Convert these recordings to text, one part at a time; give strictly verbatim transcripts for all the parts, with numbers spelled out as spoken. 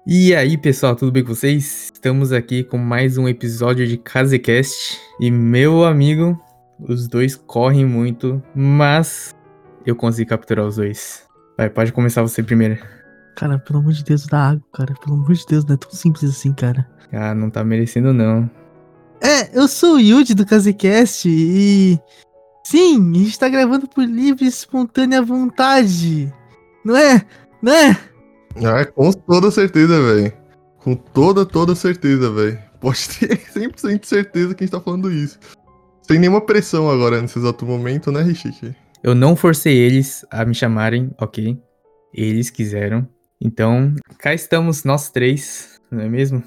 E aí, pessoal, tudo bem com vocês? Estamos aqui com mais um episódio de KazeCast. E meu amigo, os dois correm muito, mas eu consegui capturar os dois. Vai, pode começar você primeiro. Cara, pelo amor de Deus, dá água, cara. Pelo amor de Deus, não é tão simples assim, cara. Ah, não tá merecendo não. É, eu sou o Yuji do KazeCast e... Sim, a gente tá gravando por livre e espontânea vontade. Não é? Não é? Ah, com toda certeza, velho. Com toda, toda certeza, velho. Pode ter cem por cento de certeza que a gente tá falando isso. Sem nenhuma pressão agora nesse exato momento, né, Rishiki? Eu não forcei eles a me chamarem, ok? Eles quiseram. Então, cá estamos nós três, não é mesmo?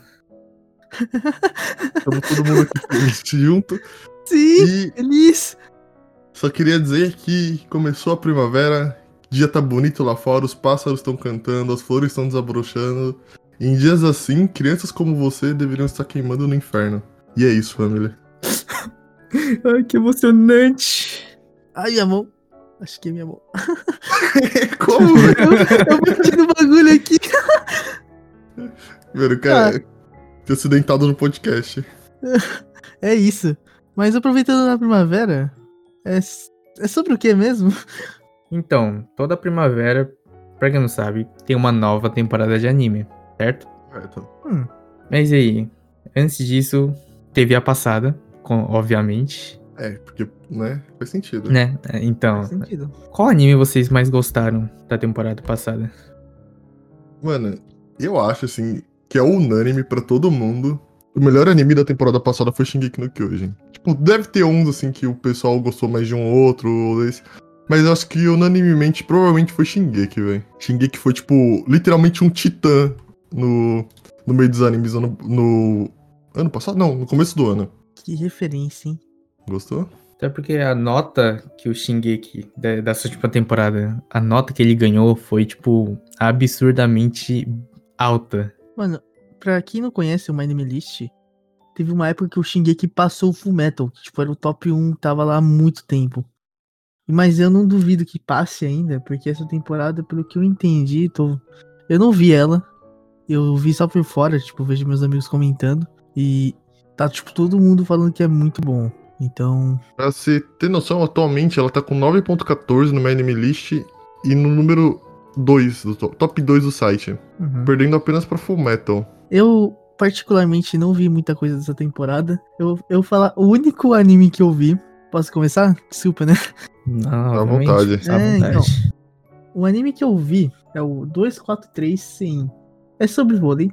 Estamos todo mundo aqui feliz junto. Sim, E feliz. só queria dizer que começou a primavera, o dia tá bonito lá fora, os pássaros estão cantando, as flores estão desabrochando. E em dias assim, crianças como você deveriam estar queimando no inferno. E é isso, família. Ai, que emocionante. Ai, minha mão. Acho que é minha mão. Como, velho? Eu, eu bati no bagulho aqui. Velho, cara, ter acidentado no podcast. É isso. Mas aproveitando na primavera, é, é sobre o que mesmo? Então, toda primavera, pra quem não sabe, tem uma nova temporada de anime, certo? Correto. Hum, Mas aí, antes disso, teve a passada, com, obviamente, É, porque, né, faz sentido. né? Então, faz sentido. qual anime vocês mais gostaram da temporada passada? Mano, eu acho, assim, que é unânime pra todo mundo. O melhor anime da temporada passada foi Shingeki no Kyojin. Tipo, deve ter uns, assim, que o pessoal gostou mais de um ou outro, ou desse. Mas eu acho que unanimemente, provavelmente foi Shingeki, velho. Shingeki foi, tipo, literalmente um titã no, no meio dos animes no, no ano passado? Não, no começo do ano. Que referência, hein? Gostou? Até porque a nota que o Shingeki, da, da sua última temporada, a nota que ele ganhou foi, tipo, absurdamente alta. Mano, pra quem não conhece o My Anime List, teve uma época que o Shingeki passou o Fullmetal, que tipo, era o top um, tava lá há muito tempo. Mas eu não duvido que passe ainda, porque essa temporada, pelo que eu entendi, tô... eu não vi ela, eu vi só por fora, tipo, vejo meus amigos comentando, e tá, tipo, todo mundo falando que é muito bom. Então, Pra você ter noção, atualmente ela tá com nove ponto quatorze no My Anime List e no número dois, do to- top dois do site. uhum. Perdendo apenas pra Fullmetal. Eu particularmente não vi muita coisa dessa temporada. Eu, eu falar, o único anime que eu vi, posso começar? Desculpa, né? Não, À obviamente, vontade. à É, vontade. então. O anime que eu vi é o dois quatro três C I. É sobre vôlei.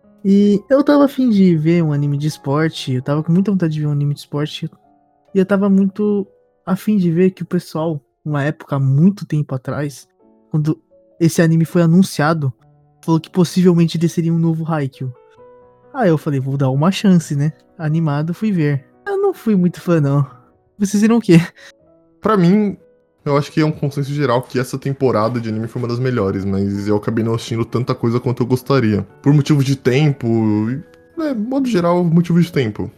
E eu tava afim de ver um anime de esporte. Eu tava com muita vontade de ver um anime de esporte. E eu tava muito afim de ver que o pessoal, numa época, há muito tempo atrás, quando esse anime foi anunciado, falou que possivelmente desceria um novo Haikyuu. Aí eu falei, vou dar uma chance, né? Animado, fui ver. Eu não fui muito fã, não. Vocês viram o quê? Pra mim, eu acho que é um consenso geral que essa temporada de anime foi uma das melhores, mas eu acabei não assistindo tanta coisa quanto eu gostaria. Por motivos de tempo, e, né, modo geral, motivos de tempo.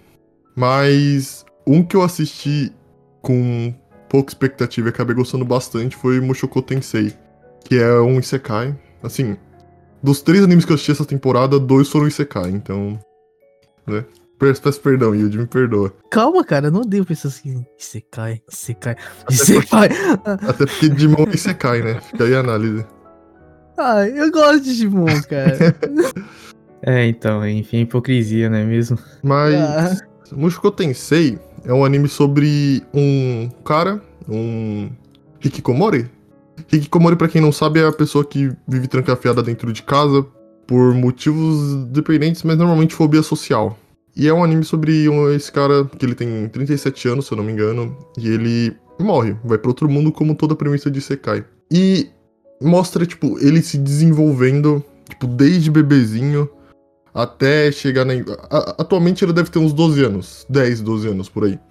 Mas um que eu assisti com pouca expectativa e acabei gostando bastante foi Mushoku Tensei, que é um isekai. Assim, dos três animes que eu assisti essa temporada, dois foram isekai, então, né? Peço peço perdão, Yuji, me perdoa. Calma, cara, eu não odeio pessoas que. Você cai, você cai, Até você cai. Até porque Digimon é isekai, né? Fica aí a análise. Ah, eu gosto de Digimon, cara. É, então, enfim, hipocrisia, não é mesmo? Mas Ah, Mushoku Tensei é um anime sobre um cara, um hikikomori. Hikikomori, pra quem não sabe, é a pessoa que vive trancafiada dentro de casa por motivos dependentes, mas normalmente fobia social. E é um anime sobre um, esse cara, que ele tem trinta e sete anos, se eu não me engano, e ele morre, vai pra outro mundo como toda a premissa de Isekai. E mostra, tipo, ele se desenvolvendo, tipo, desde bebezinho até chegar na... a- Atualmente ele deve ter uns doze anos, dez, doze anos, por aí.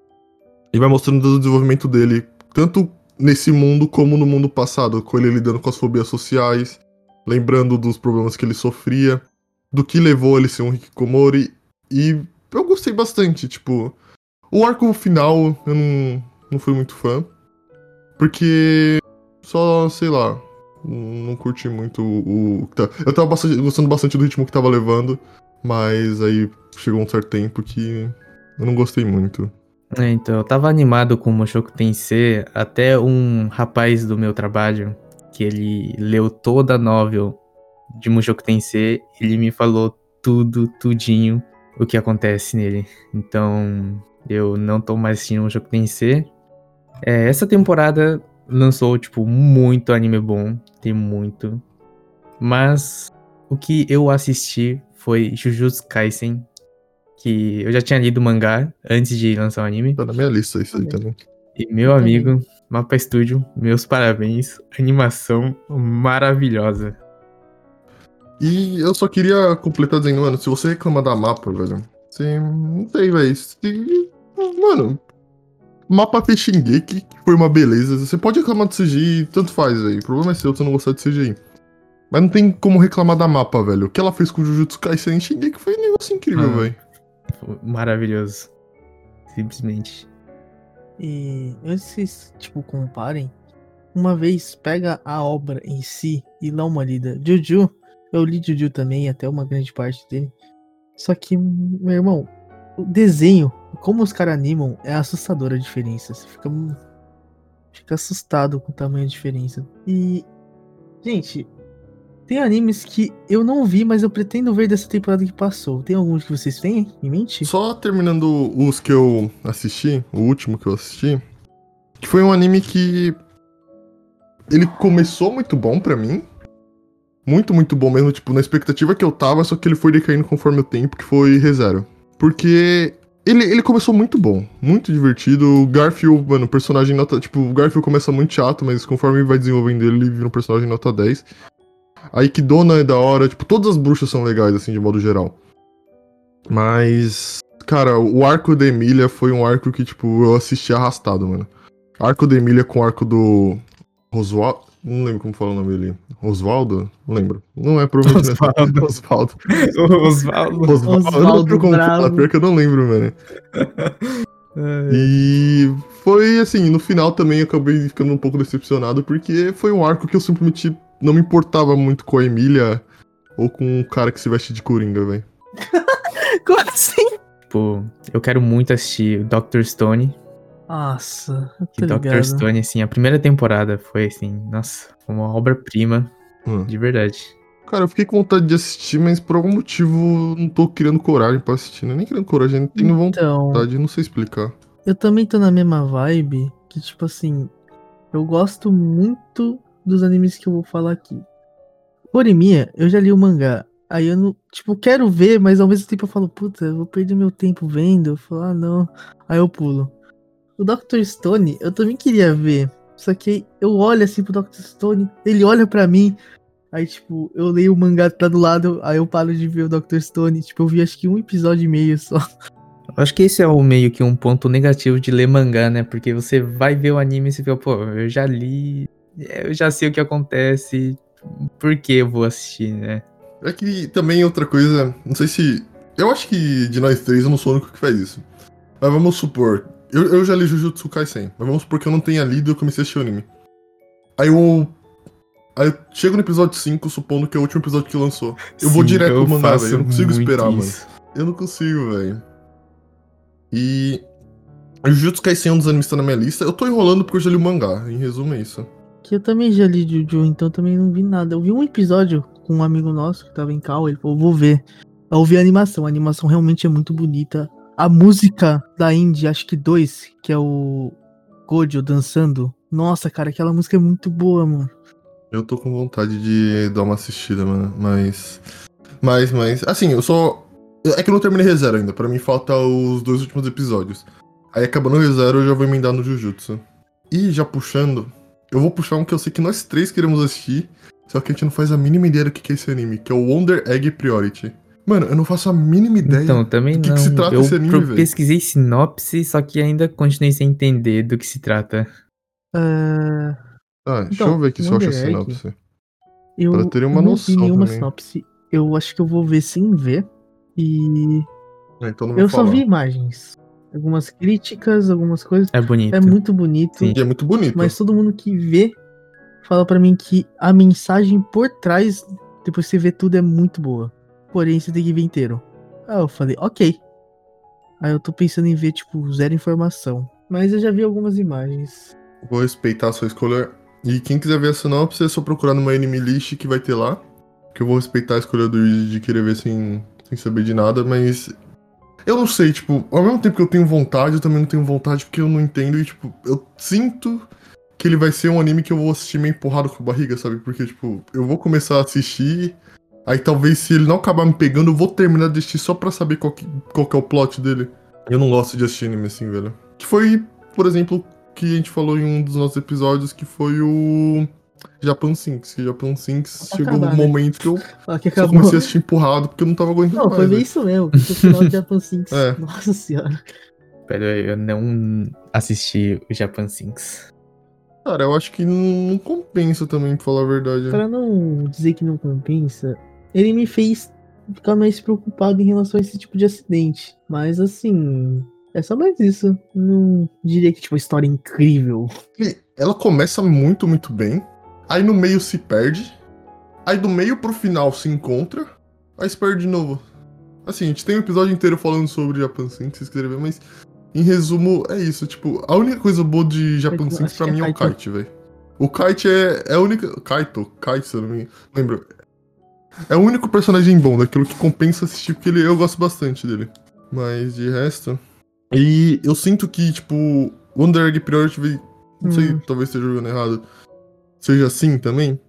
E vai mostrando o desenvolvimento dele, tanto nesse mundo como no mundo passado, com ele lidando com as fobias sociais, lembrando dos problemas que ele sofria, do que levou ele a ser um hikikomori, e eu gostei bastante, tipo... O arco final eu não, não fui muito fã, porque só, sei lá, Não curti muito o. o que tá- Eu tava bastante- gostando bastante do ritmo que tava levando, mas aí chegou um certo tempo que eu não gostei muito. É, então, eu tava animado com o Mushoku Tensei, até um rapaz do meu trabalho, que ele leu toda a novel de Mushoku Tensei, ele me falou tudo, tudinho, o que acontece nele. Então, eu não tô mais assistindo Mushoku Tensei. É, essa temporada lançou, tipo, muito anime bom, tem muito. Mas o que eu assisti foi Jujutsu Kaisen, que eu já tinha lido o mangá antes de lançar o anime. Tá na minha lista isso aí Também. também. E meu Eu amigo, também. Mapa Studio, meus parabéns. Animação maravilhosa. E eu só queria completar dizendo, mano, se você reclamar da mapa, velho, você. Não sei, velho. se- Mano, mapa fez Shingeki, que foi uma beleza. Você pode reclamar do C G I, tanto faz, velho. O problema é seu, você não gostar de C G I. Mas não tem como reclamar da mapa, velho. O que ela fez com o Jujutsu Kaisen e Shingeki foi um negócio incrível, Ah. velho. Foi maravilhoso. Simplesmente. E antes que vocês, tipo, comparem, uma vez pega a obra em si e dá uma lida. Juju, eu li Juju também, até uma grande parte dele. Só que, meu irmão, o desenho, como os caras animam, é assustadora a diferença. Você fica, fica assustado com o tamanho da diferença. E, gente, tem animes que eu não vi, mas eu pretendo ver dessa temporada que passou. Tem alguns que vocês têm em mente? Só terminando os que eu assisti, o último que eu assisti, que foi um anime que ele começou muito bom pra mim. Muito, muito bom mesmo, tipo, na expectativa que eu tava, só que ele foi decaindo conforme o tempo, que foi ReZero. Porque ele, ele começou muito bom, muito divertido. O Garfield, mano, personagem nota. Tipo, o Garfield começa muito chato, mas conforme vai desenvolvendo ele, ele vira um personagem nota dez. A Ikidona é da hora, tipo, todas as bruxas são legais, assim, de modo geral. Mas, cara, o arco da Emília foi um arco que, tipo, eu assisti arrastado, mano. Arco da Emília com o arco do Roswaldo. Não lembro como fala o nome dele. Osvaldo? Não lembro. Não é, provavelmente não é. Osvaldo. Osvaldo. Osvaldo. Osvaldo. Eu não lembro Osvaldo como falar, Bravo. pior que eu não lembro, mano. E foi assim, no final também eu acabei ficando um pouco decepcionado, porque foi um arco que eu simplesmente não me importava muito com a Emília ou com o cara que se veste de Coringa, velho. Como assim? Tipo, eu quero muito assistir doutor Stone. Nossa, Que tá doutor ligado. Stone, assim, a primeira temporada foi assim, nossa, foi uma obra-prima, Hum. de verdade. Cara, eu fiquei com vontade de assistir, mas por algum motivo não tô criando coragem pra assistir, né? Nem criando coragem, nem tenho Então, vontade, não sei explicar. eu também tô na mesma vibe, que tipo assim, eu gosto muito dos animes que eu vou falar aqui. Horimiya, eu já li o mangá, aí eu não, tipo, quero ver, mas ao mesmo tempo eu falo, puta, eu vou perder meu tempo vendo, eu falo, ah não, aí eu pulo. O doutor Stone, eu também queria ver, só que eu olho assim pro doutor Stone, ele olha pra mim, aí tipo, eu leio o mangá que tá do lado, aí eu paro de ver o doutor Stone, tipo, eu vi acho que um episódio e meio só. Acho que esse é o meio que um ponto negativo de ler mangá, né? Porque você vai ver o anime e você fica, pô, eu já li, eu já sei o que acontece, por que eu vou assistir, né? É que também outra coisa, não sei se. Eu acho que de nós três eu não sou o único que faz isso. Mas vamos supor, eu, eu já li Jujutsu Kaisen, mas vamos supor que eu não tenha lido e eu comecei a assistir o anime. Aí eu. Aí eu chego no episódio cinco, supondo que é o último episódio que lançou. Eu vou Sim, direto eu pro mangá, faço velho. Eu não consigo muito esperar, isso. mano. Eu não consigo, velho. E. Jujutsu Kaisen é um dos animes que tá na minha lista. Eu tô enrolando porque eu já li o mangá. Em resumo, é isso. Que eu também já li Juju, então também não vi nada. Eu vi um episódio com um amigo nosso que tava em cal, ele falou, vou ver. Eu vi a animação, a animação realmente é muito bonita. A música da Indie, acho que dois, que é o Gojo dançando. Nossa, cara, aquela música é muito boa, mano. Eu tô com vontade de dar uma assistida, mano. Mas. Mas, mas. Assim, eu só. É que eu não terminei ReZero ainda. Pra mim falta os dois últimos episódios. Aí acabando o ReZero, eu já vou emendar no Jujutsu. E já puxando. Eu vou puxar um que eu sei que nós três queremos assistir. Só que a gente não faz a mínima ideia do que é esse anime. Que é o Wonder Egg Priority. Mano, eu não faço a mínima ideia Então, também do que, não. que se trata eu esse anime, pro- velho. pesquisei sinopse, só que ainda continuei sem entender do que se trata. Ah, Ah, deixa então, eu ver aqui se eu acho a Wonder Egg, sinopse. eu Pra terem uma não vi noção nenhuma também. sinopse. Eu acho que eu vou ver sem ver. E Ah, então não vou eu só falar. vi imagens. Algumas críticas, algumas coisas. É bonito. É muito bonito. Sim. E é muito bonito. Mas todo mundo que vê fala pra mim que a mensagem por trás, depois que você vê tudo, é muito boa. Porém, você tem que ver inteiro. Aí eu falei, ok. Aí eu tô pensando em ver, tipo, zero informação. Mas eu já vi algumas imagens. Vou respeitar a sua escolha. E quem quiser ver a sinopse, é só procurar numa anime list que vai ter lá. Que eu vou respeitar a escolha do Yuji de querer ver sem, sem saber de nada, mas... Eu não sei, tipo, ao mesmo tempo que eu tenho vontade, eu também não tenho vontade porque eu não entendo e, tipo, eu sinto que ele vai ser um anime que eu vou assistir meio empurrado com a barriga, sabe? Porque, tipo, eu vou começar a assistir, aí talvez se ele não acabar me pegando, eu vou terminar de assistir só pra saber qual que, qual que é o plot dele. Eu não gosto de assistir anime assim, velho. Que foi, por exemplo, que a gente falou em um dos nossos episódios, que foi o Japan Sinks. Que Japan Sinks Pra chegou acabar, um né? momento que eu Fala que só acabou. comecei a assistir empurrado porque eu não tava aguentando Não, mais. foi bem velho. isso mesmo. Que o final de Japan Sinks. É. Nossa senhora. Pera aí, eu não assisti o Japan Sinks. Cara, eu acho que não, não compensa também, pra falar a verdade. Pra não dizer que não compensa, ele me fez ficar mais preocupado em relação a esse tipo de acidente. Mas assim, é só mais isso. Não diria que tipo, a história é incrível. E ela começa muito, muito bem. Aí no meio se perde. Aí do meio pro final se encontra. Aí se perde de novo. Assim, a gente tem um episódio inteiro falando sobre Japan Sinks, se vocês quiserem ver, mas em resumo é isso. Tipo, a única coisa boa de Japan Acho Sinks que pra é mim é o Kaito. kite, velho. O kite é, é a única. Kaito, Kaito, se eu não me lembro. É o único personagem bom, daquilo que compensa assistir, porque ele, eu gosto bastante dele. Mas de resto. E eu sinto que, tipo, Wonder Egg Priority, vai- não sei, Hum. talvez esteja jogando errado, seja assim também.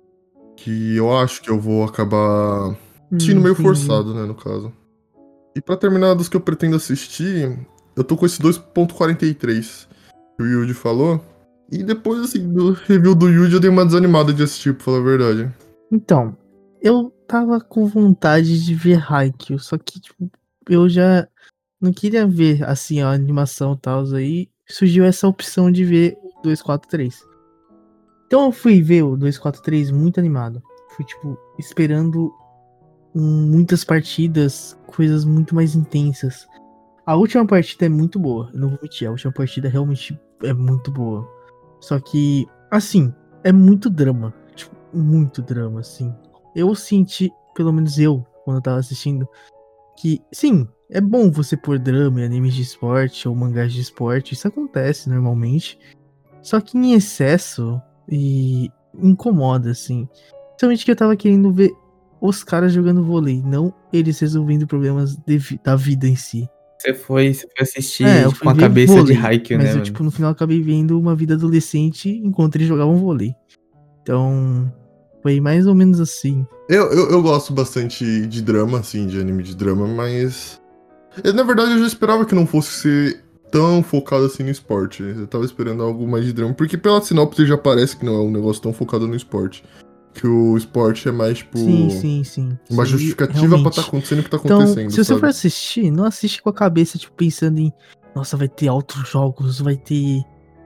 Que eu acho que eu vou acabar assistindo Hum, meio entendi. forçado, né, no caso. E pra terminar dos que eu pretendo assistir, eu tô com esse dois ponto quarenta e três que o Yuji falou. E depois, assim, do review do Yuji eu dei uma desanimada de assistir, pra falar a verdade. Então, eu tava com vontade de ver Haikyuu, só que tipo, eu já não queria ver assim a animação e tal, aí surgiu essa opção de ver o dois quatro três. Então eu fui ver o dois quatro três muito animado. Fui tipo esperando hum, muitas partidas, coisas muito mais intensas. A última partida é muito boa, eu não vou mentir, a última partida realmente é muito boa. Só que, assim, é muito drama, tipo, muito drama, assim. Eu senti, pelo menos eu, quando eu tava assistindo, que, sim, é bom você pôr drama em animes de esporte ou mangás de esporte, isso acontece normalmente. Só que em excesso e incomoda, assim. Principalmente que eu tava querendo ver os caras jogando vôlei, não eles resolvendo problemas de vi- da vida em si. Você foi, você foi assistir É, eu tipo, fui com a ver cabeça vôlei, de Haikyuu, mas né, eu, mano? tipo, no final acabei vendo uma vida adolescente enquanto eles jogavam vôlei. Então, foi mais ou menos assim. Eu, eu, eu gosto bastante de drama, assim, de anime de drama, mas. eu, na verdade, eu já esperava que não fosse ser tão focado assim no esporte. Eu tava esperando algo mais de drama, porque pela sinopse já parece que não é um negócio tão focado no esporte. Que o esporte é mais, tipo. Sim, sim, sim. Uma Isso aí, justificativa realmente. pra tá acontecendo o que tá Então, acontecendo, se você sabe? for assistir, não assiste com a cabeça, tipo, pensando em nossa, vai ter altos jogos, vai ter.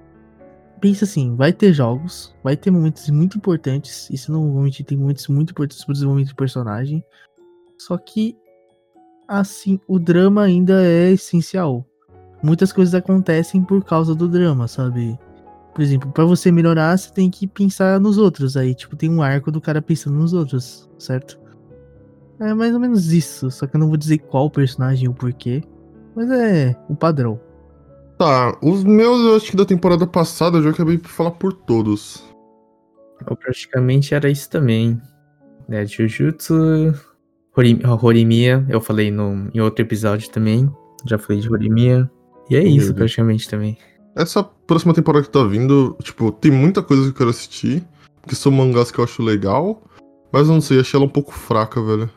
Pensa assim, vai ter jogos, vai ter momentos muito importantes. Isso não vou mentir, tem momentos muito importantes pro desenvolvimento do personagem. Só que, assim, o drama ainda é essencial. Muitas coisas acontecem por causa do drama, sabe? Por exemplo, pra você melhorar, você tem que pensar nos outros. Aí, tipo, tem um arco do cara pensando nos outros, certo? É mais ou menos isso. Só que eu não vou dizer qual personagem ou porquê. Mas é o padrão. Tá, os meus eu acho que da temporada passada eu já acabei por falar por todos. Eu praticamente era isso também. Né, Jujutsu, Hori- Horimiya, eu falei no, em outro episódio também. Já falei de Horimiya. E é isso, Entendi. praticamente também. Essa próxima temporada que tá vindo, tipo, tem muita coisa que eu quero assistir. Que são mangás que eu acho legal. Mas eu não sei, achei ela um pouco fraca, velho.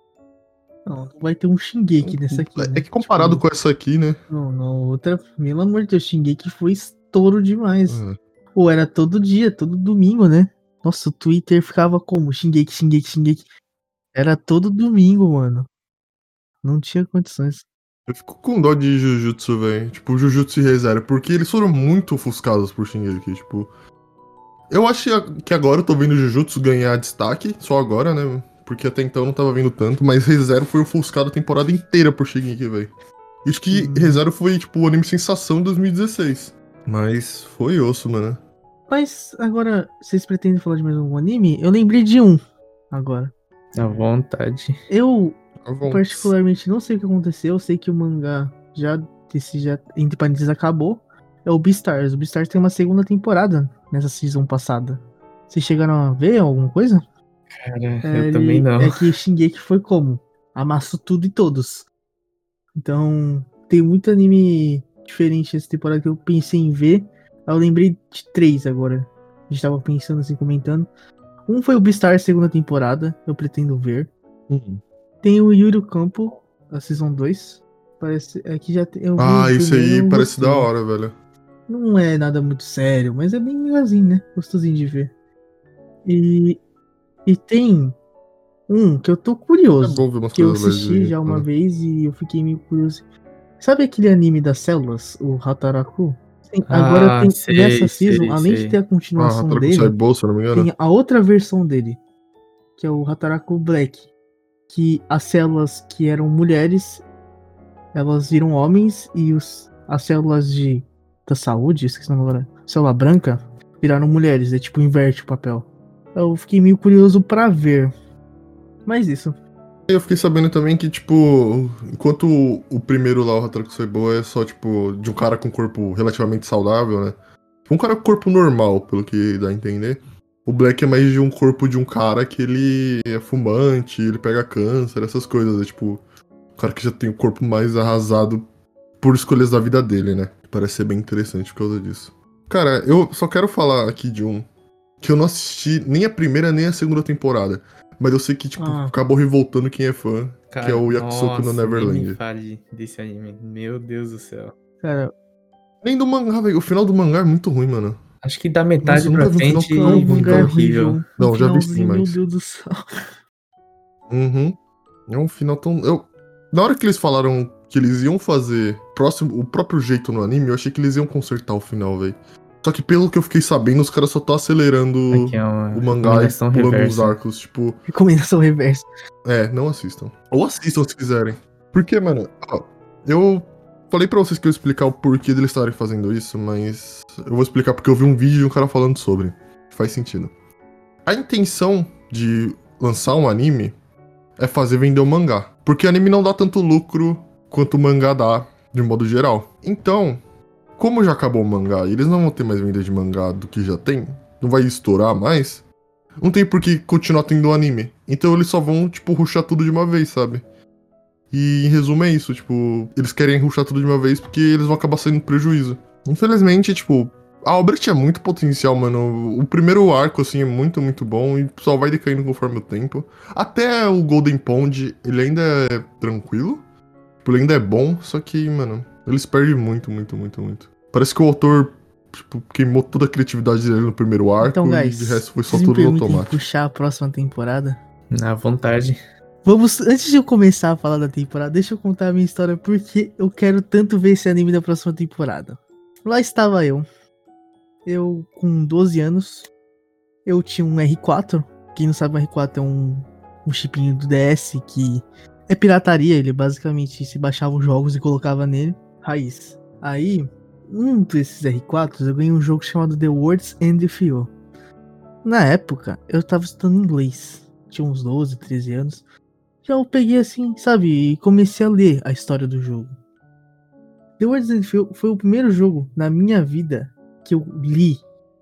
Não, não vai ter um Shingeki nessa aqui, né? É que comparado Tipo, com essa aqui, né? Não, não, outra. Pelo amor de Deus, Shingeki foi estouro demais. É. Pô, era todo dia, todo domingo, né? Nossa, o Twitter ficava como? Shingeki, Shingeki, Shingeki. Era todo domingo, mano. Não tinha condições. Eu fico com dó de Jujutsu, velho. Tipo, Jujutsu e Re:Zero, porque eles foram muito ofuscados por Shingeki, tipo. Eu acho que agora eu tô vendo Jujutsu ganhar destaque, só agora, né? Porque até então eu não tava vendo tanto, mas Re:Zero foi ofuscado a temporada inteira por Shingeki, velho. Acho que Hum. Re:Zero foi, tipo, o anime sensação de dois mil e dezesseis. Mas foi osso, mano. Mas agora, vocês pretendem falar de mais um anime? Eu lembrei de um agora. À vontade. Eu, À vontade. particularmente, não sei o que aconteceu. Eu sei que o mangá já, desse, já entre parênteses, acabou. É o Beastars. O Beastars tem uma segunda temporada nessa season passada. Vocês chegaram a ver alguma coisa? Cara, É, eu também ele- não. É que Shingeki foi como? Amassou tudo e todos. Então, tem muito anime diferente essa temporada que eu pensei em ver. Eu lembrei de três agora. A gente tava pensando assim, comentando. Um foi o Beastars segunda temporada, eu pretendo ver. Uhum. Tem o Yuri Campo, a Season dois. Parece. É que já tem, eu vi Ah, o isso primeiro, aí eu parece gostei. da hora, velho. Não é nada muito sério, mas é bem legalzinho, né? Gostosinho de ver. E, e tem um que eu tô É curioso. bom ver umas Que eu coisas leves assisti aí, já uma mano. vez e eu fiquei meio curioso. Sabe aquele anime das células, o Hataraku? Sim, agora Ah, tem sei, nessa season, sei, além de sei. ter a Ah, continuação Hataraku dele, Saibou, se eu não me engano. tem a outra versão dele, que é o Hataraku Black, que as células que eram mulheres, elas viram homens e os, as células de, da saúde, esqueci o nome agora, célula branca, viraram mulheres, é tipo inverte o papel. Eu fiquei meio curioso pra ver. Mas isso. Eu fiquei sabendo também que, tipo, enquanto o, o primeiro lá, o Hataraku Saibou, é só, tipo, de um cara com corpo relativamente saudável, né? Um cara com corpo normal, pelo que dá a entender. O Black é mais de um corpo de um cara que ele é fumante, ele pega câncer, essas coisas. É tipo, um cara que já tem o corpo mais arrasado por escolhas da vida dele, né? Parece ser bem interessante por causa disso. Cara, eu só quero falar aqui de um que eu não assisti nem a primeira nem a segunda temporada. Mas eu sei que, tipo, Ah. acabou revoltando quem é fã, Cara, que é o Yakusoku no nossa, nem me Neverland. fale desse anime. Meu Deus do céu. Cara, Nem do mangá, velho. O final do mangá é muito ruim, mano. Acho que da metade Nossa, eu pra nunca vi um final frente tão o ruim, mangá é cara. fica horrível. horrível. Não, No já vi sim, finalzinho, meu mas- Deus do céu. Uhum. É um final tão. Eu... Na hora que eles falaram que eles iam fazer próximo, o próprio jeito no anime, eu achei que eles iam consertar o final, velho. Só que pelo que eu fiquei sabendo, os caras só estão acelerando Aqui é uma o mangá e recomendação pulando uns reversa. arcos, tipo. Recomendação reversa. É, não assistam. Ou assistam se quiserem. Porque, mano, ó, eu falei pra vocês que eu ia explicar o porquê deles estarem fazendo isso, mas eu vou explicar porque eu vi um vídeo de um cara falando sobre. Faz sentido. A intenção de lançar um anime é fazer vender o mangá. Porque anime não dá tanto lucro quanto o mangá dá, de modo geral. Então, como já acabou o mangá e eles não vão ter mais venda de mangá do que já tem, não vai estourar mais, não tem por que continuar tendo anime. Então eles só vão, tipo, rushar tudo de uma vez, sabe? E em resumo é isso, tipo, eles querem rushar tudo de uma vez porque eles vão acabar saindo prejuízo. Infelizmente, tipo, a obra tinha muito potencial, mano. O primeiro arco, assim, é muito, muito bom e só vai decaindo conforme o tempo. Até o Golden Pond, ele ainda é tranquilo. Tipo, ele ainda é bom, só que, mano, eles perdem muito, muito, muito, muito. Parece que o autor, tipo, queimou toda a criatividade dele no primeiro arco Então, guys, e de resto foi só vocês me tudo permitem automático. puxar a próxima temporada? À vontade. Vamos, antes de eu começar a falar da temporada, deixa eu contar a minha história porque eu quero tanto ver esse anime da próxima temporada. Lá estava eu. Eu com doze anos. Eu tinha um R quatro. Quem não sabe, o R quatro é um, um chipinho do D S que é pirataria. Ele basicamente se baixava os jogos e colocava nele. Raiz. Aí, um desses R quatros, eu ganhei um jogo chamado The Words and the Few. Na época, eu tava estudando inglês. Tinha uns doze, treze anos. Já eu peguei assim, sabe, e comecei a ler a história do jogo. The Words and the Few foi o primeiro jogo na minha vida que eu li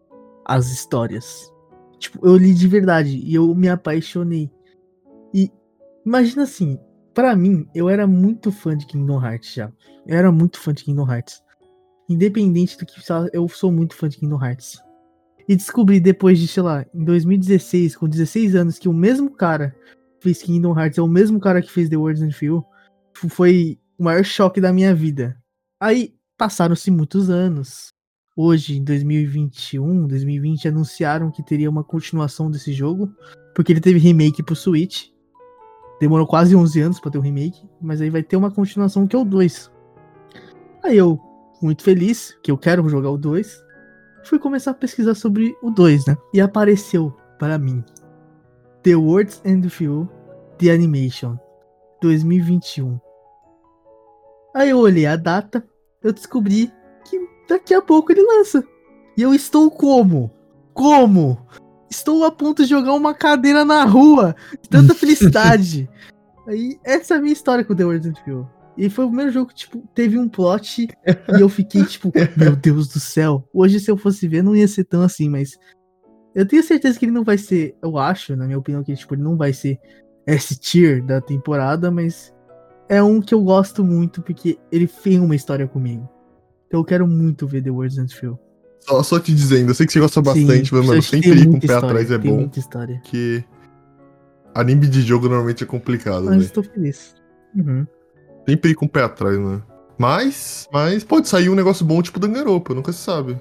as histórias. Tipo, eu li de verdade e eu me apaixonei. E imagina assim, pra mim, eu era muito fã de Kingdom Hearts já. Eu era muito fã de Kingdom Hearts. Independente do que eu sou muito fã de Kingdom Hearts. E descobri depois de, sei lá, em dois mil e dezesseis, com dezesseis anos, que o mesmo cara que fez Kingdom Hearts é o mesmo cara que fez The Words and Few. Foi o maior choque da minha vida. Aí, passaram-se muitos anos. Hoje, em dois mil e vinte e um, dois mil e vinte, anunciaram que teria uma continuação desse jogo. Porque ele teve remake pro Switch. Demorou quase onze anos pra ter um remake. Mas aí vai ter uma continuação que é o dois. Aí eu, muito feliz, que eu quero jogar o dois, fui começar a pesquisar sobre o dois, né? E apareceu para mim The Words and the Few, The Animation, dois mil e vinte e um. Aí eu olhei a data, eu descobri que daqui a pouco ele lança. E eu estou como? como? Estou a ponto de jogar uma cadeira na rua. De tanta felicidade. Aí, essa é a minha história com The World Ends Few. E foi o primeiro jogo que, tipo, teve um plot e eu fiquei, tipo, meu Deus do céu. Hoje, se eu fosse ver, não ia ser tão assim, mas eu tenho certeza que ele não vai ser, eu acho, na minha opinião, que tipo, ele não vai ser S-tier da temporada, mas é um que eu gosto muito porque ele tem uma história comigo. Então eu quero muito ver The World Ends Few. Só, só te dizendo, eu sei que você gosta bastante, Sim, mas, mano, tem sempre ir com o muita pé história, atrás é tem bom. muita história. Porque anime de jogo normalmente é complicado, Mas velho. estou feliz. Uhum. Sempre ir com o pé atrás, né? Mas, mas pode sair um negócio bom tipo Danganronpa, nunca se sabe.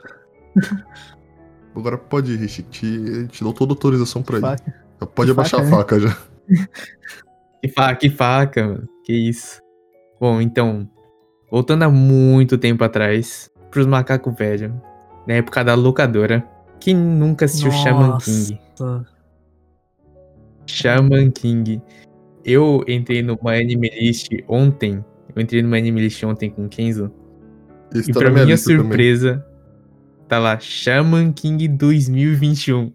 Agora pode ir, Richie, te, te dou toda a autorização pra ir. Faca. Pode Que abaixar faca, a faca já. Que faca, que faca, mano. Que isso. Bom, então, voltando há muito tempo atrás, pros macacos velhos, na época da locadora, quem nunca assistiu Shaman Nossa. King? Shaman King. Eu entrei numa anime list ontem, eu entrei numa anime list ontem com o Kenzo, Esse e tá pra na minha minha lista também. surpresa, tá lá, Shaman King dois mil e vinte e um.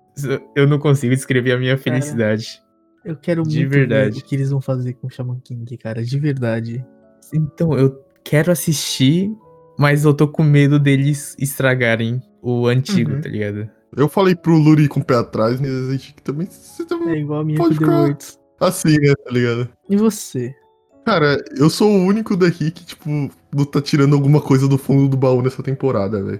Eu não consigo descrever a minha felicidade. Eu quero De muito verdade. ver o que eles vão fazer com o Shaman King, cara, de verdade. Então, eu quero assistir, mas eu tô com medo deles estragarem o antigo, Uhum. tá ligado? Eu falei pro Luri com o pé atrás, mas a gente também, você também É igual a minha pode com The ficar Words. assim, né, tá ligado? E você? Cara, eu sou o único daqui que, tipo, não tá tirando alguma coisa do fundo do baú nessa temporada, velho.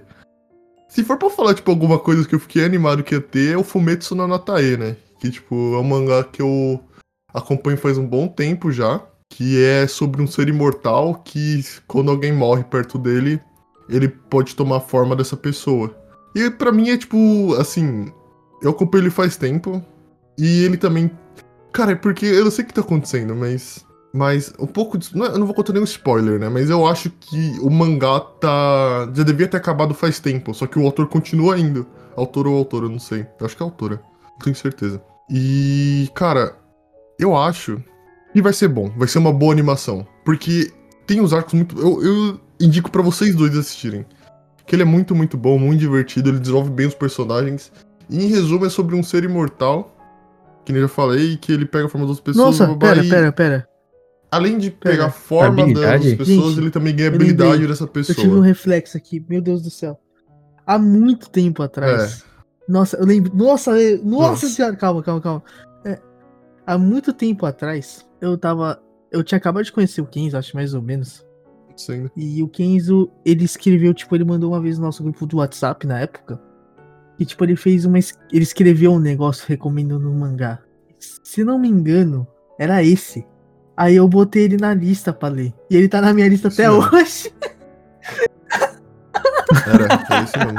Se for pra falar, tipo, alguma coisa que eu fiquei animado que ia ter, é o Fumetsu no Natae, né? Que, tipo, é um mangá que eu acompanho faz um bom tempo já. Que é sobre um ser imortal que, quando alguém morre perto dele, ele pode tomar a forma dessa pessoa. E pra mim é, tipo, assim... Eu acompanho ele faz tempo. E ele também... Cara, é porque eu não sei o que tá acontecendo, mas... Mas um pouco de... não, eu não vou contar nenhum spoiler, né? Mas eu acho que o mangá tá... já devia ter acabado faz tempo. Só que o autor continua indo. Autor ou autora, eu não sei. Eu acho que é autora. Não tenho certeza. E... Cara... Eu acho... que vai ser bom. Vai ser uma boa animação. Porque tem uns arcos muito... Eu, eu indico pra vocês dois assistirem. Que ele é muito, muito bom. Muito divertido. Ele desenvolve bem os personagens. E em resumo é sobre um ser imortal... Que nem eu já falei, que ele pega a forma das pessoas. Nossa, babá, pera, e... pera, pera. Além de Pera. pegar a forma Habilidade? das pessoas, Gente, ele também ganha a eu habilidade lembrei. dessa Eu tive um pessoa. reflexo aqui, meu Deus do céu. Há muito tempo atrás. Nossa, eu lembro. Nossa, eu- nossa, Nossa. senhora, calma, calma, calma. É, há muito tempo atrás, eu tava. Eu tinha acabado de conhecer o Kenzo, acho mais ou menos. Sim. E o Kenzo, ele escreveu, tipo, ele mandou uma vez no nosso grupo do WhatsApp na época. E, tipo, ele fez uma. es- Ele escreveu um negócio recomendando um mangá. Se não me engano, era esse. Aí eu botei ele na lista pra ler. E ele tá na minha lista Isso até mesmo. hoje. Era, é isso mesmo.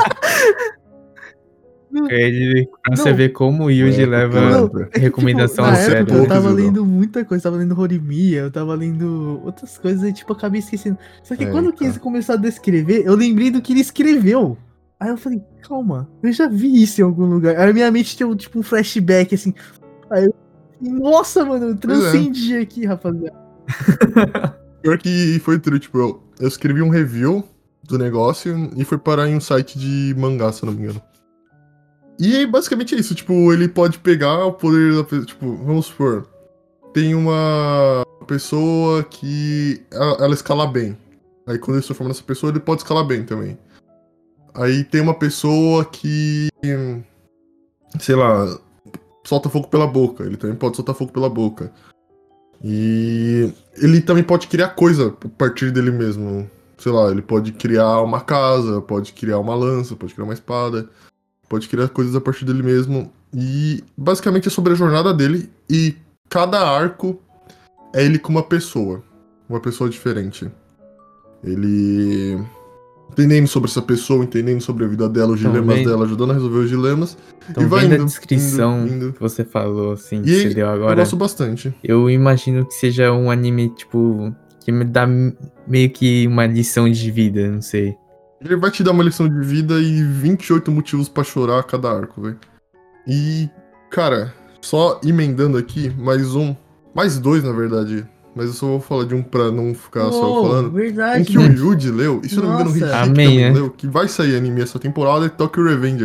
Ele, pra Não. você ver como o Yuji É, leva não, é que, recomendação tipo, a na sério, época né? eu tava Poucos, lendo muita coisa, tava lendo Horimiya, eu tava lendo outras coisas e tipo, eu acabei esquecendo. Só que É, quando o então. Kenzo começou a descrever, eu lembrei do que ele escreveu. Aí eu falei, calma, eu já vi isso em algum lugar. Aí a minha mente tem tipo um flashback assim. Aí eu, nossa, mano, eu Pois é. transcendi aqui, rapaziada. Pior que foi true, tipo, eu, eu escrevi um review do negócio e foi parar em um site de mangá, se eu não me engano. E aí, basicamente é isso, tipo, ele pode pegar o poder da pessoa, tipo, vamos supor, tem uma pessoa que ela, ela escala bem. Aí quando ele se transforma nessa pessoa, ele pode escalar bem também. Aí tem uma pessoa que, sei lá, solta fogo pela boca. Ele também pode soltar fogo pela boca. E ele também pode criar coisa a partir dele mesmo. Sei lá, ele pode criar uma casa, pode criar uma lança, pode criar uma espada. Pode criar coisas a partir dele mesmo. E basicamente é sobre a jornada dele. E cada arco é ele com uma pessoa. Uma pessoa diferente. Ele... entendendo sobre essa pessoa, entendendo sobre a vida dela, os Tão dilemas vendo? dela, ajudando a resolver os dilemas. Então, E vai vendo indo, a descrição indo, indo. que você falou, assim, E que você deu eu agora, gosto bastante. eu imagino que seja um anime, tipo, que me dá meio que uma lição de vida, não sei. Ele vai te dar uma lição de vida e vinte e oito motivos pra chorar a cada arco, velho. E, cara, só emendando aqui, mais um. Mais dois, na verdade. Mas eu só vou falar de um pra não ficar só Oh, falando. Um verdade, que né? o Yuji leu, e se eu não me engano o Nossa. Richie Amém, também né? leu, que vai sair anime essa temporada, é Tokyo Revengers.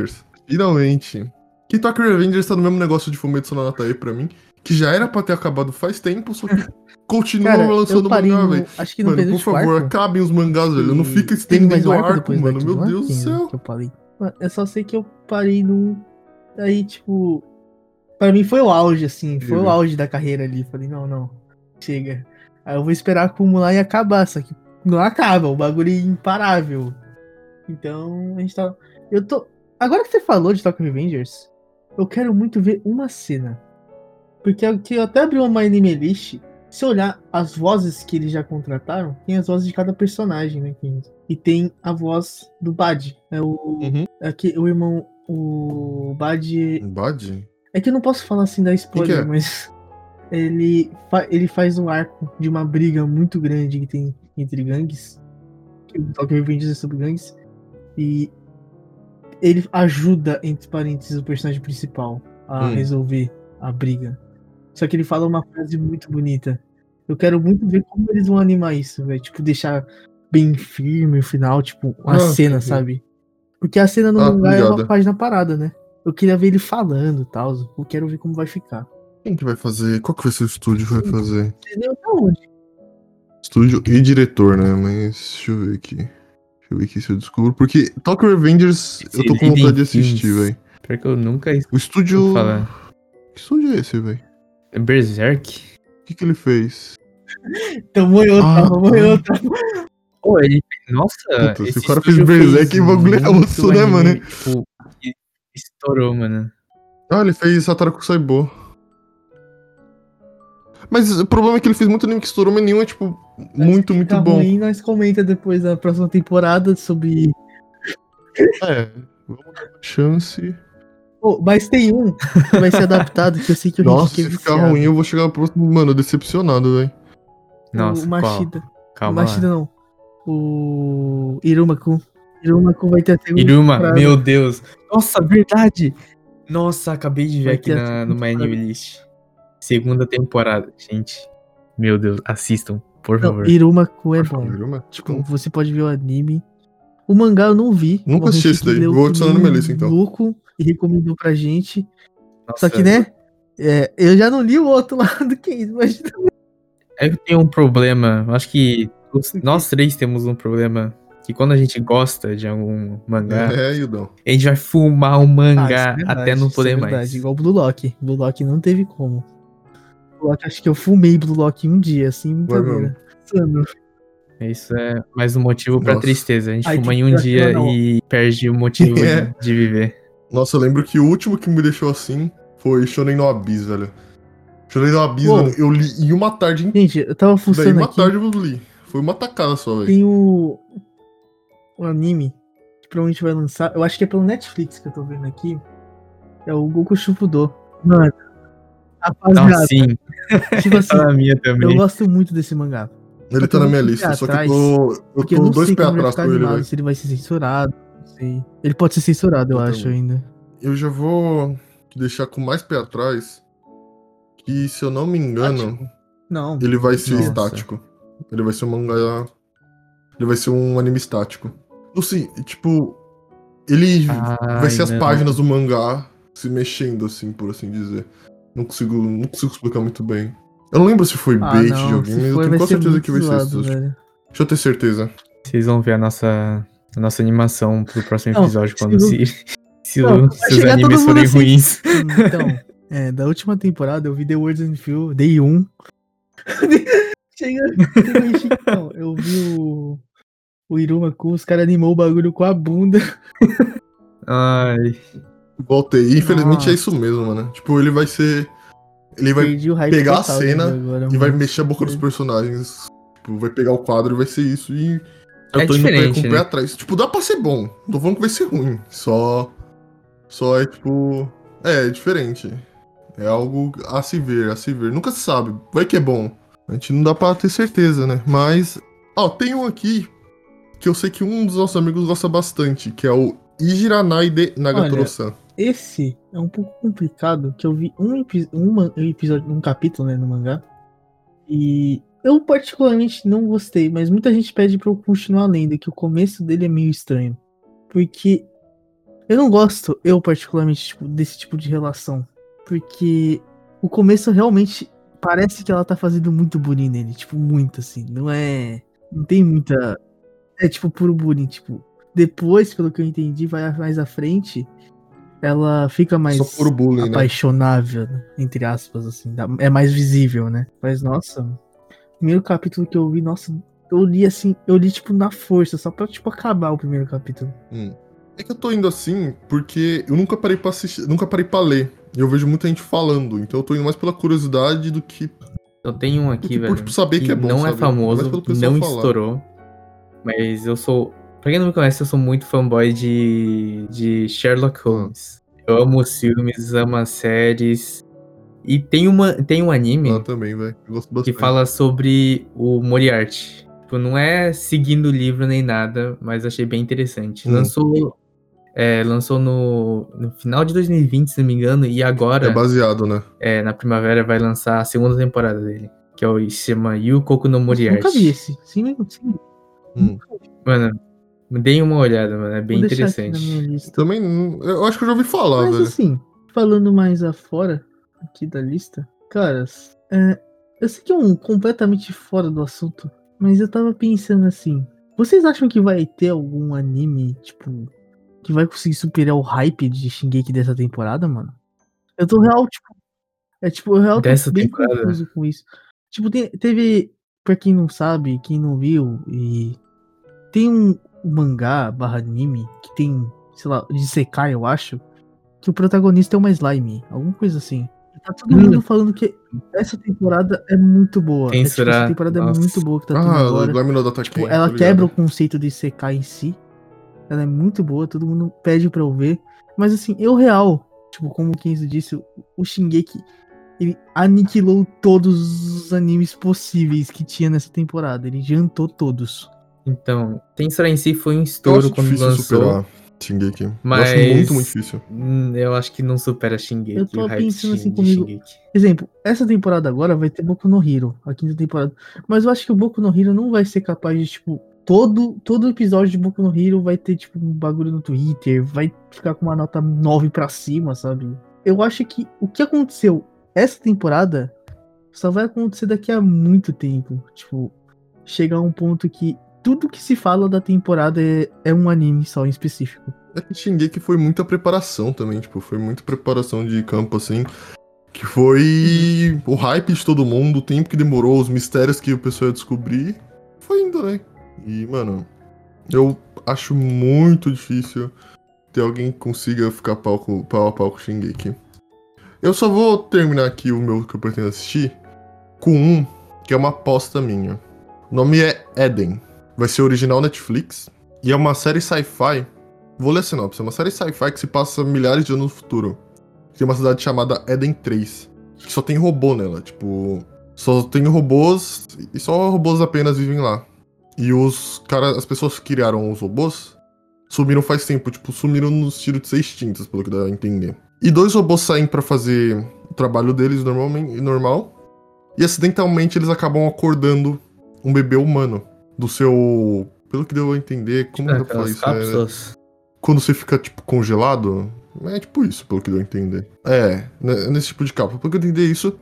Finalmente. Que Tokyo Revengers tá no mesmo negócio de Fumetsu no Natae pra mim, que já era pra ter acabado faz tempo, só que continua Cara, lançando eu parei mangá, no, velho. acho que no Mano, por penúltimo favor, arco. acabem os mangás, velho. Não fica Teve mais estendendo um o arco arco, depois mano. daquilo Meu lá? Deus do Tem, céu. que eu parei. Mano, eu só sei que eu parei no... Aí, tipo... Pra mim foi o auge, assim. Foi o Diga. auge da carreira ali. Falei, não, não. Chega. Aí eu vou esperar acumular e acabar. Só que não acaba. O bagulho é imparável. Então, a gente tá... Eu tô... Agora que você falou de Tokyo Revengers, eu quero muito ver uma cena. Porque aqui eu até abri uma anime list. Se olhar as vozes que eles já contrataram, tem as vozes de cada personagem, né? E tem a voz do Bad. É o. Uhum. Aqui, o irmão. O Bad. Bad? É que eu não posso falar assim da spoiler, Quem que é? mas. Ele, fa... ele faz um arco de uma briga muito grande que tem entre gangues. O Tokyo Revengers é sobre gangues. E ele ajuda, entre parênteses, o personagem principal a Hum. resolver a briga. Só que ele fala uma frase muito bonita. Eu quero muito ver como eles vão animar isso, velho. Tipo, deixar bem firme o final, tipo, uma Ah, cena, sim, sim. sabe? Porque a cena no Ah, mangá é uma obrigado. página parada, né? Eu queria ver ele falando e tal. Eu quero ver como vai ficar. Quem que vai fazer? Qual que vai ser o estúdio que vai fazer? Entendeu? Pra onde? Estúdio e diretor, né? Mas deixa eu ver aqui. Deixa eu ver aqui se eu descubro. Porque Tokyo Revengers eu tô com vontade de assistir, velho. Pior que eu nunca O estúdio. vou falar. Que estúdio é esse, velho? É Berserk? O que que ele fez? Tomou outra, Ah, tomou ah. outra. Pô, ele. Nossa, Puta, se esse o cara fez estúdio Berserk, o bagulho é muito osso, né, anime, mano? Tipo, que estourou, mano. Ah, ele fez Sataraku Saibo. Mas o problema é que ele fez muito anime que estourou, mas nenhum é, tipo, muito, Se muito ficar bom. ruim, nós comenta depois da próxima temporada sobre. É, vamos dar uma chance. Pô, mas tem um que vai ser adaptado que eu sei que o Nossa, Henrique é se ficar viciado. ruim, eu vou chegar próximo, mano, decepcionado, velho. Nossa, o Machida. qual? O Calma Machida lá. não. O Iruma-kun. Iruma-kun vai ter a segunda Iruma, temporada. meu Deus. Nossa, verdade. Nossa, acabei de ver Vai aqui ter a na, segunda no My temporada. Anime List. Segunda temporada. Gente, meu Deus, assistam, por Não, favor. Iruma-kun é Pode falar, bom. Iruma? Tipo, Então, você pode ver o anime. O mangá eu não vi. Nunca O assisti esse Henrique daí. leu Vou que adicionar nem na minha lista, então. louco e recomendou pra gente. Nossa, Só que, né? É, eu já não li o outro lá do Case, mas é que eu tenho um problema. Acho que os- O quê? nós três temos um problema. Que quando a gente gosta de algum mangá, É, Yudão. a gente vai fumar o Ah, isso mangá é verdade, até não isso poder é verdade. mais. Igual o Blue Lock. Blue Lock não teve como. Blue Lock, acho que eu fumei Blue Lock em um dia, assim, Vai brincadeira. Insano. Isso é mais um motivo pra Nossa. tristeza. A gente Aí, fuma tipo, em um pra dia semana, ó. e perde o motivo É. de, de viver. Nossa, eu lembro que o último que me deixou assim foi Shonen no Abyss, velho. Shonen no Abyss, Uou. velho, eu li em uma tarde inteira. Gente, eu tava Daí, fuçando uma aqui. tarde eu li. Foi uma tacada só, velho. Tem o. O anime que provavelmente vai lançar. Eu acho que é pelo Netflix que eu tô vendo aqui. É o Goku Shufudo. Mano. Rapaziada, Nossa, sim. tipo assim, Tá na minha eu também. gosto muito desse mangá. Ele Só que tá eu na vou minha com o lista, pé só que eu atrás, tô, eu Porque eu tô não dois sei pés como vai atrás ficar com ele, animado, velho. se ele vai ser censurado. Não sei. Ele pode ser censurado, eu, Eu acho também. ainda. Eu já vou deixar com mais pé atrás que, se eu não me engano, Não. ele vai ser Nossa. estático. Ele vai ser um mangá. Ele vai ser um anime estático. Não sei, tipo. Ele vai Ai, ser as não. páginas do mangá se mexendo, assim, por assim dizer. Não consigo, não consigo explicar muito bem. Eu não lembro se foi Ah, bait não, de alguém, se mas eu for, tenho vai quase ser certeza muito que vai ser zoado, isso. velho. Deixa eu ter certeza. Vocês vão ver a nossa, a nossa animação pro próximo Não, episódio quando se- se, se, Não, o- vai se os chegar todo animes mundo forem assim. ruins. Então, é, da última temporada eu vi The Words and Feel, Day um. Chega, chega aí, Chicão. Eu vi o, o Iruma-kun, os caras animou o bagulho com a bunda. Ai, Voltei. Infelizmente Nossa. é isso mesmo, mano. Tipo, ele vai ser. Ele vai Perdi o hype pegar a total de cena ver agora, e vai mano. mexer a boca dos personagens. Tipo, vai pegar o quadro e vai ser isso. E eu É tô indo pé- diferente, com o pé né? atrás. Tipo, dá pra ser bom. Não tô falando que vai ser ruim. Só. Só é tipo. É, é diferente. É algo a se ver, a se ver. Nunca se sabe. Vai que é bom. A gente não dá pra ter certeza, né? Mas. Ó, tem um aqui que eu sei que um dos nossos amigos gosta bastante, que é o Ijiranai de Nagatoro-san. Esse é um pouco complicado, que eu vi um, epi- um man- um episódio, um capítulo, né, no mangá. E eu particularmente não gostei, mas muita gente pede pra eu continuar lendo, que o começo dele é meio estranho. Porque Eu não gosto, eu particularmente, tipo, desse tipo de relação. Porque o começo realmente parece que ela tá fazendo muito bullying nele. Tipo, muito assim. Não é. Não tem muita. É tipo puro bullying. Tipo, depois, pelo que eu entendi, vai mais à frente. Ela fica mais Só puro bullying, né? apaixonável, né? Entre aspas, assim. dá- É mais visível, né? Mas, nossa, o primeiro capítulo que eu vi, nossa, eu li assim, eu li, tipo, na força, só pra, tipo, acabar o primeiro capítulo. Hum. É que eu tô indo assim porque eu nunca parei pra assistir, nunca parei pra ler. E eu vejo muita gente falando, então eu tô indo mais pela curiosidade do que, Eu tenho um do aqui, que por, velho, tipo, saber que, que é bom, não é sabe? Mais famoso, pelo pessoal não falar. estourou, mas eu sou... Pra quem não me conhece, eu sou muito fanboy de, de Sherlock Holmes. Eu amo os filmes, amo as séries. E tem, uma, tem um Ah, anime também, velho. Eu gosto que bastante. fala sobre o Moriarty. Tipo, não é seguindo o livro nem nada, mas achei bem interessante. Hum. Lançou, é, lançou no, no final de dois mil e vinte, se não me engano, e É agora, baseado, né? é, na primavera, vai lançar a segunda temporada dele, que é o, se chama Yukoku no Nossa, nunca vi Moriarty. esse. Sim, sim. Hum. Mano, deem uma olhada, mano, é bem Vou deixar aqui na interessante. minha lista. Também, não- eu acho que eu já ouvi falar, Mas velho. assim, falando mais afora aqui da lista, caras, é, eu sei que é um completamente fora do assunto, mas eu tava pensando assim, vocês acham que vai ter algum anime, tipo, que vai conseguir superar o hype de Shingeki dessa temporada, mano? Eu tô real, tipo, é tipo, eu real tô Dessa bem temporada? confuso com isso. Tipo, tem- teve, pra quem não sabe, quem não viu, e tem um mangá barra anime que tem, sei lá, de Sekai, eu acho, que o protagonista é uma slime, alguma coisa assim. Tá todo Hum. mundo falando que essa temporada é muito boa. Quem É, tipo, essa será? temporada é Nossa. muito boa que tá tendo Ah, agora. Slime no Data Tipo, Ken, ela tô quebra o ligado. conceito de secar em si. Ela é muito boa, todo mundo pede pra eu ver. Mas assim, eu real, tipo, como o Kenzo disse, o- o Shingeki, ele aniquilou todos os animes possíveis que tinha nessa temporada. Ele jantou todos. Então, Tensor em si foi um Eu estouro acho quando difícil lançou, superar Shingeki. mas Eu acho muito, muito difícil. hum, eu acho que não supera Eu Shingeki, o tô hype pensando assim de comigo. Shingeki. Exemplo, essa temporada agora vai ter Boku no Hero, a quinta temporada. Mas eu acho que o Boku no Hero não vai ser capaz de, tipo, todo, todo episódio de Boku no Hero vai ter, tipo, um bagulho no Twitter, vai ficar com uma nota nove pra cima, sabe? Eu acho que o que aconteceu essa temporada só vai acontecer daqui a muito tempo. Tipo, chegar a um ponto que tudo que se fala da temporada é, é um anime só em específico. É que Shingeki foi muita preparação também, tipo, foi muita preparação de campo, assim. Que foi o hype de todo mundo, o tempo que demorou, os mistérios que o pessoal ia descobrir. Foi indo, né? E, mano, eu acho muito difícil ter alguém que consiga ficar pau, com- pau a pau com Shingeki. Eu só vou terminar aqui o meu que eu pretendo assistir com um que é uma aposta minha. O nome é Eden. Vai ser original Netflix. E é uma série sci-fi. Vou ler a sinopse. É uma série sci-fi que se passa milhares de anos no futuro. Tem uma cidade chamada Eden três. Que só tem robô nela. Tipo, só tem robôs. E só robôs apenas vivem lá. E os caras, as pessoas que criaram os robôs sumiram faz tempo. Tipo, sumiram no estilo de ser extintos, pelo que dá a entender. E dois robôs saem pra fazer o trabalho deles normalmente, normal. E acidentalmente eles acabam acordando um bebê humano. Do seu. Pelo que deu a entender, como que dá pra falar Aquelas isso? É, cápsulas. quando você fica, tipo, congelado. É tipo isso, pelo que deu a entender. É, né, nesse tipo de cápsula. Pelo que eu entendi isso.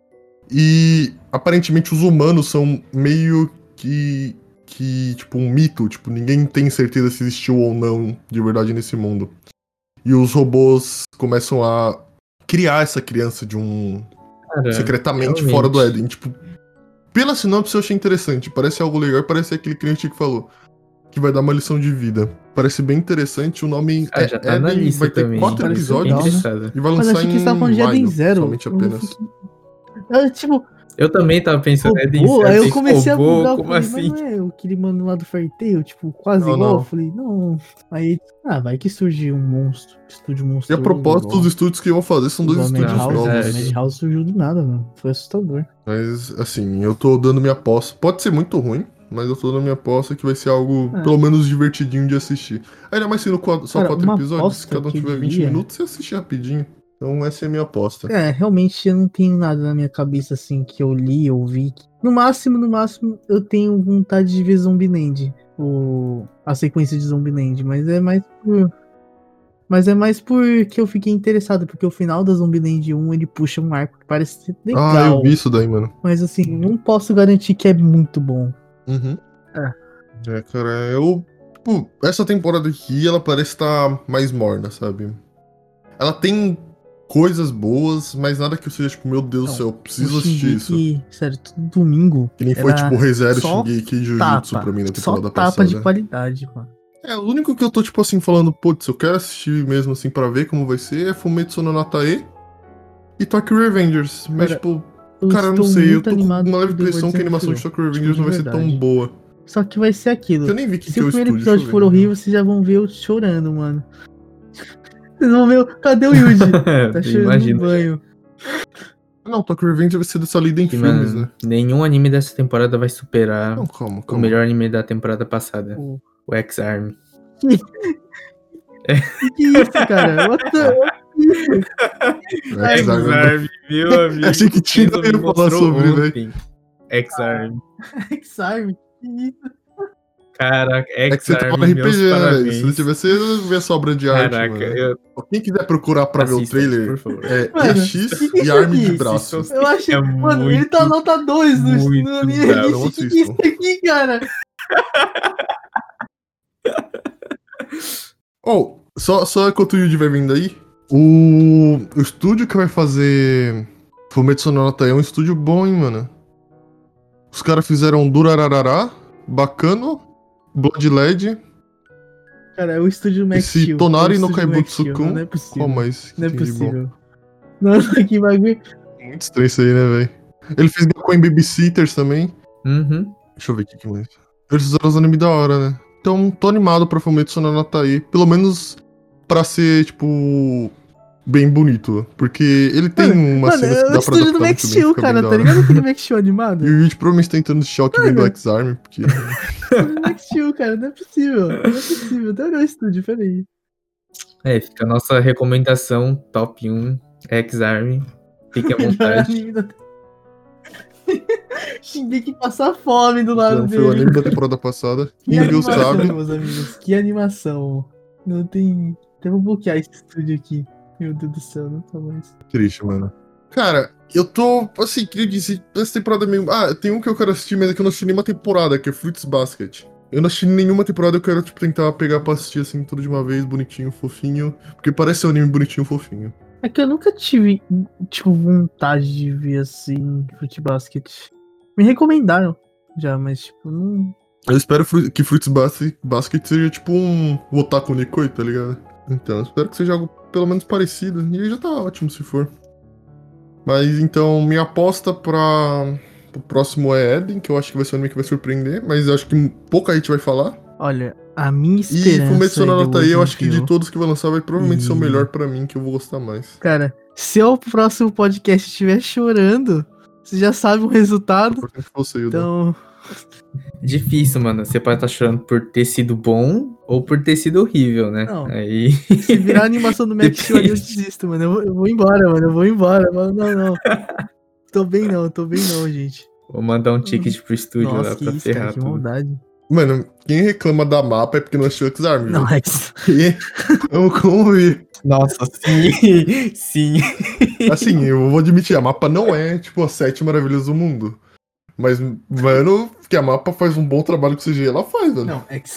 E aparentemente os humanos são meio que. que, tipo, um mito. Tipo, ninguém tem certeza se existiu ou não de verdade nesse mundo. E os robôs começam a criar essa criança de um. Cara, secretamente realmente. fora do Éden. Tipo, pela sinopse eu achei interessante. Parece algo legal e parece aquele cliente que falou. Que vai dar uma lição de vida. Parece bem interessante. O nome Ah, é já tá na Eden, lista vai ter também. quatro Parece episódios legal, né? Interessado. e vai Mas lançar achei que eles em estavam falando de Eden maio, Zero. somente Eu apenas. fiquei- Eu, tipo, Eu também tava pensando, é robô? Aí eu tem comecei robô, a bugar, eu como falei, assim? mas não é aquele mano lá do Fairy Tail, tipo, quase Não, igual? não. Eu falei, não. Aí, ah, vai que surge um monstro, estúdio E monstro. a propósito, os estúdios que vão fazer são dois igual a estúdios Madhouse, Não, né? novos. verdade. Madhouse surgiu do nada, mano. Foi assustador. Mas, assim, eu tô dando minha aposta. Pode ser muito ruim, mas eu tô dando minha aposta que vai ser algo, É. pelo menos, divertidinho de assistir. Ainda mais sendo quatro- só Cara, quatro uma episódios, se aposta cada um que eu tiver vinte diria- minutos, você assiste rapidinho. Então essa é a minha aposta. É, realmente eu não tenho nada na minha cabeça assim que eu li ou vi. No máximo, no máximo, eu tenho vontade de ver Zombieland. O... A sequência de Zombieland, mas é mais por. Mas é mais porque eu fiquei interessado, porque o final da Zombieland um, ele puxa um arco que parece ser legal. Ah, eu vi isso daí, mano. Mas assim, não posso garantir que é muito bom. Uhum. É. É, cara, eu... Tipo, essa temporada aqui, ela parece estar mais morna, sabe? Ela tem coisas boas, mas nada que eu seja, tipo, meu Deus do Não, céu, eu preciso assistir isso. Shingeki, sério, todo domingo. Que nem foi, era tipo, ReZero, só Shingeki e Jujutsu tapa, pra mim na só temporada tapa passada. de qualidade, mano. É, o único que eu tô, tipo assim, falando, putz, eu quero assistir mesmo, assim, pra ver como vai ser, é Fumetsu no Natae e Tokyo Revengers. Mas, Cara, tipo, Eu cara, eu não estou sei, eu muito tô com animado uma leve por The impressão Words que a End animação de Feel. Tokyo Revengers Tipo, não vai de ser tão verdade. boa. Só que vai ser aquilo. Eu nem vi quem Se que é o o primeiro estúdio, episódio deixa eu for ver. horrível, vocês já vão ver eu chorando, mano. Vocês vão ver, cadê o Yuji? Tá chorando Imagino no banho. Não, Tokyo Revengers vai ser dessa lida em que, filmes, mano, né? nenhum anime dessa temporada vai superar Não, calma, o calma. melhor anime da temporada passada, Pô, o X-Arm. Que que isso, cara? What the... Ai, X-Arm, mano. meu amigo. Achei que tinha Enzo me ia falar mostrou sobre, velho. ontem. X-Arm. X-Arm? Que isso? Caraca, É que você tava no X-Arm, R P meus G, né, velho? parabéns. Se não tivesse, você ia ver a sobra de arte, Caraca, mano. eu... Quem quiser procurar pra ver o Assista, trailer, por favor. é Mano, E X que que é e isso arme de aqui? braço. Assistam. Eu achei. É Mano, ele tá muito, nota dois no, muito no anime. brabo. Não O que, que é isso assistam. aqui, cara? Oh, só, só enquanto o Yuji vai vindo aí, o, o estúdio que vai fazer Fumetsu no Natae é um estúdio bom, hein, mano. Os caras fizeram Durararará, Bacano, Blood Led, Cara, é o estúdio Max esse Steel. Tonari é o no estúdio Max Steel, Kaibutsu-kun. Não é possível. Qual mais que Não é tem de bom? possível. Nossa, que bagulho. Muito estranho isso aí, né, velho? Ele fez Gakuen Babysitters também. Uhum. Deixa eu ver aqui que mais. Eles fizeram os animes da hora, né? Então, tô animado pra Fumetsu no Natae. Pelo menos pra ser, tipo, bem bonito. Porque ele tem Mano, umas mano, cenas é que o dá pra estúdio adaptar do Max muito bem, Steel, fica bem cara, da tá hora. ligado aquele Max Steel animado? E o Yuji provavelmente tá entrando assistir o que vem do Mano. X-Arm, porque... Estúdio Max Steel, cara, não é possível. Não é possível. Até olhar o estúdio, peraí. É, fica a nossa recomendação top um, X-Arm. Fique à Melhor vontade. anime da... Shingeki passa fome do lado Então, foi o dele. anime da temporada passada. Que Quem viu animação, sabe. meus amigos. Que animação. Não tem... Até vou bloquear esse estúdio aqui. Meu Deus do céu, não tá mais. Triste, mano. Cara, eu tô, assim, queria dizer, essa temporada é meio... Ah, tem um que eu quero assistir, mas é que eu não assisti nenhuma temporada, que é Fruits Basket. Eu não assisti nenhuma temporada, eu quero, tipo, tentar pegar pra assistir, assim, tudo de uma vez, bonitinho, fofinho. Porque parece ser um anime bonitinho, fofinho. É que eu nunca tive, tipo, vontade de ver, assim, Fruit Basket. Me recomendaram já, mas, tipo, não... Eu espero fru- que Fruits Bas- Basket seja, tipo, um Otaku Nikoi, tá ligado? Então, eu espero que seja algo, pelo menos, parecido. E aí já tá ótimo, se for. Mas, então, minha aposta pra... pro próximo é Eden, que eu acho que vai ser um anime que vai surpreender. Mas eu acho que pouca gente vai falar. Olha, a minha E esperança... Fumetsu no é The Natae, eu World acho que de Until. todos que vai lançar, vai provavelmente ser o E- melhor pra mim, que eu vou gostar mais. Cara, se o próximo podcast estiver chorando, você já sabe o resultado. Importante pra você, Yuda. Então, Difícil, mano. Você pode estar chorando por ter sido bom ou por ter sido horrível, né? Não. Aí. se virar a animação do Max Steel ali, eu desisto, mano. Eu vou, eu vou embora, mano. Eu vou embora. Mano, não, não. Tô bem não, tô bem não, gente. Vou mandar um ticket pro estúdio Nossa, lá que pra isso, cara, ferrar que tudo. maldade. Mano, quem reclama da mapa é porque não assistiu X-Arm, Não, velho. é E vamos como ver. Nossa, sim, sim. Assim, eu vou admitir, a mapa não é, tipo, as sete maravilhas do mundo. Mas, mano, que a mapa faz um bom trabalho com o C G I, ela faz, velho. Não, X.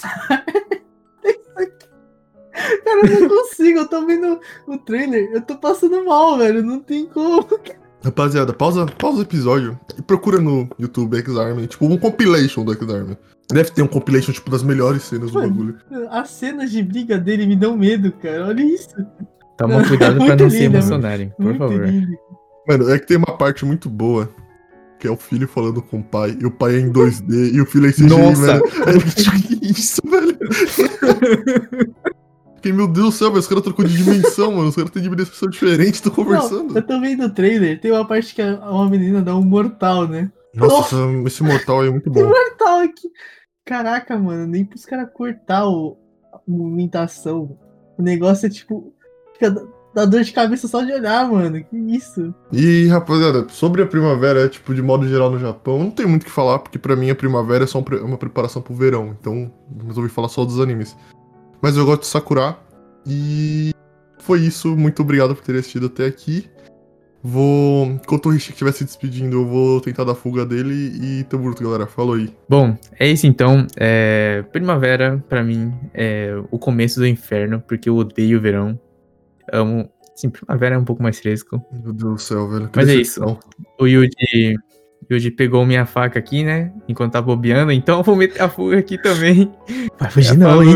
Cara, eu não consigo, eu tô vendo o trailer, eu tô passando mal, velho, não tem como. Rapaziada, pausa, pausa o episódio e procura no YouTube X-Arm, tipo, um compilation do X-Arm. Deve ter um compilation, tipo, das melhores cenas do Mano. bagulho. As cenas de briga dele me dão medo, cara, olha isso. Toma cuidado É pra não muito se lindo, é emocionarem, por Muito favor. lindo. Mano, é que tem uma parte muito boa, que é o filho falando com o pai, e o pai é em dois D, e o filho é em C G I, Nossa. velho. É, que isso, velho? Fiquei, meu Deus do céu, velho, os caras trocou de dimensão, mano. Os caras têm dimensão diferente, tô conversando. Não, eu tô vendo o trailer, tem uma parte que a- uma menina dá um mortal, né? Nossa, essa- esse mortal aí é muito bom. Mortal aqui. Caraca, mano, nem pros caras cortar o, a movimentação. O negócio é tipo. Fica, dá- dá dor de cabeça só de olhar, mano. Que isso? E, rapaziada, sobre a primavera, tipo, de modo geral no Japão, não tem muito o que falar, porque pra mim a primavera é só um pre- uma preparação pro verão. Então, resolvi falar só dos animes. Mas eu gosto de Sakura. E foi isso. Muito obrigado por ter assistido até aqui. Vou. Enquanto o Richie estiver se despedindo, eu vou tentar dar fuga dele. E tamo junto, galera. Falou aí. Bom, é isso então. É... Primavera, pra mim, é o começo do inferno, porque eu odeio o verão. Amo. Sim, primavera é um pouco mais fresco. Meu Deus do céu, velho. Que Mas é decepção. isso. O Yuji, Yuji pegou minha faca aqui, né? Enquanto tá bobeando, então eu vou meter a fuga aqui também. Vai fugir É, não, falou. hein?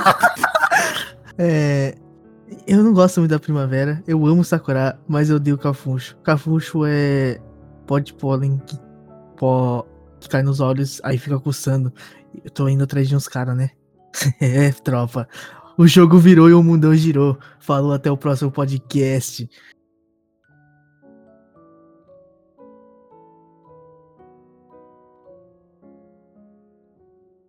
É, eu não gosto muito da primavera. Eu amo Sakura, mas eu odeio Cafuncho. Cafuncho é pó de pólen que, pó que cai nos olhos, aí fica coçando. Eu tô indo atrás de uns caras, né? É, tropa. O jogo virou e o mundão girou. Falou, até o próximo podcast.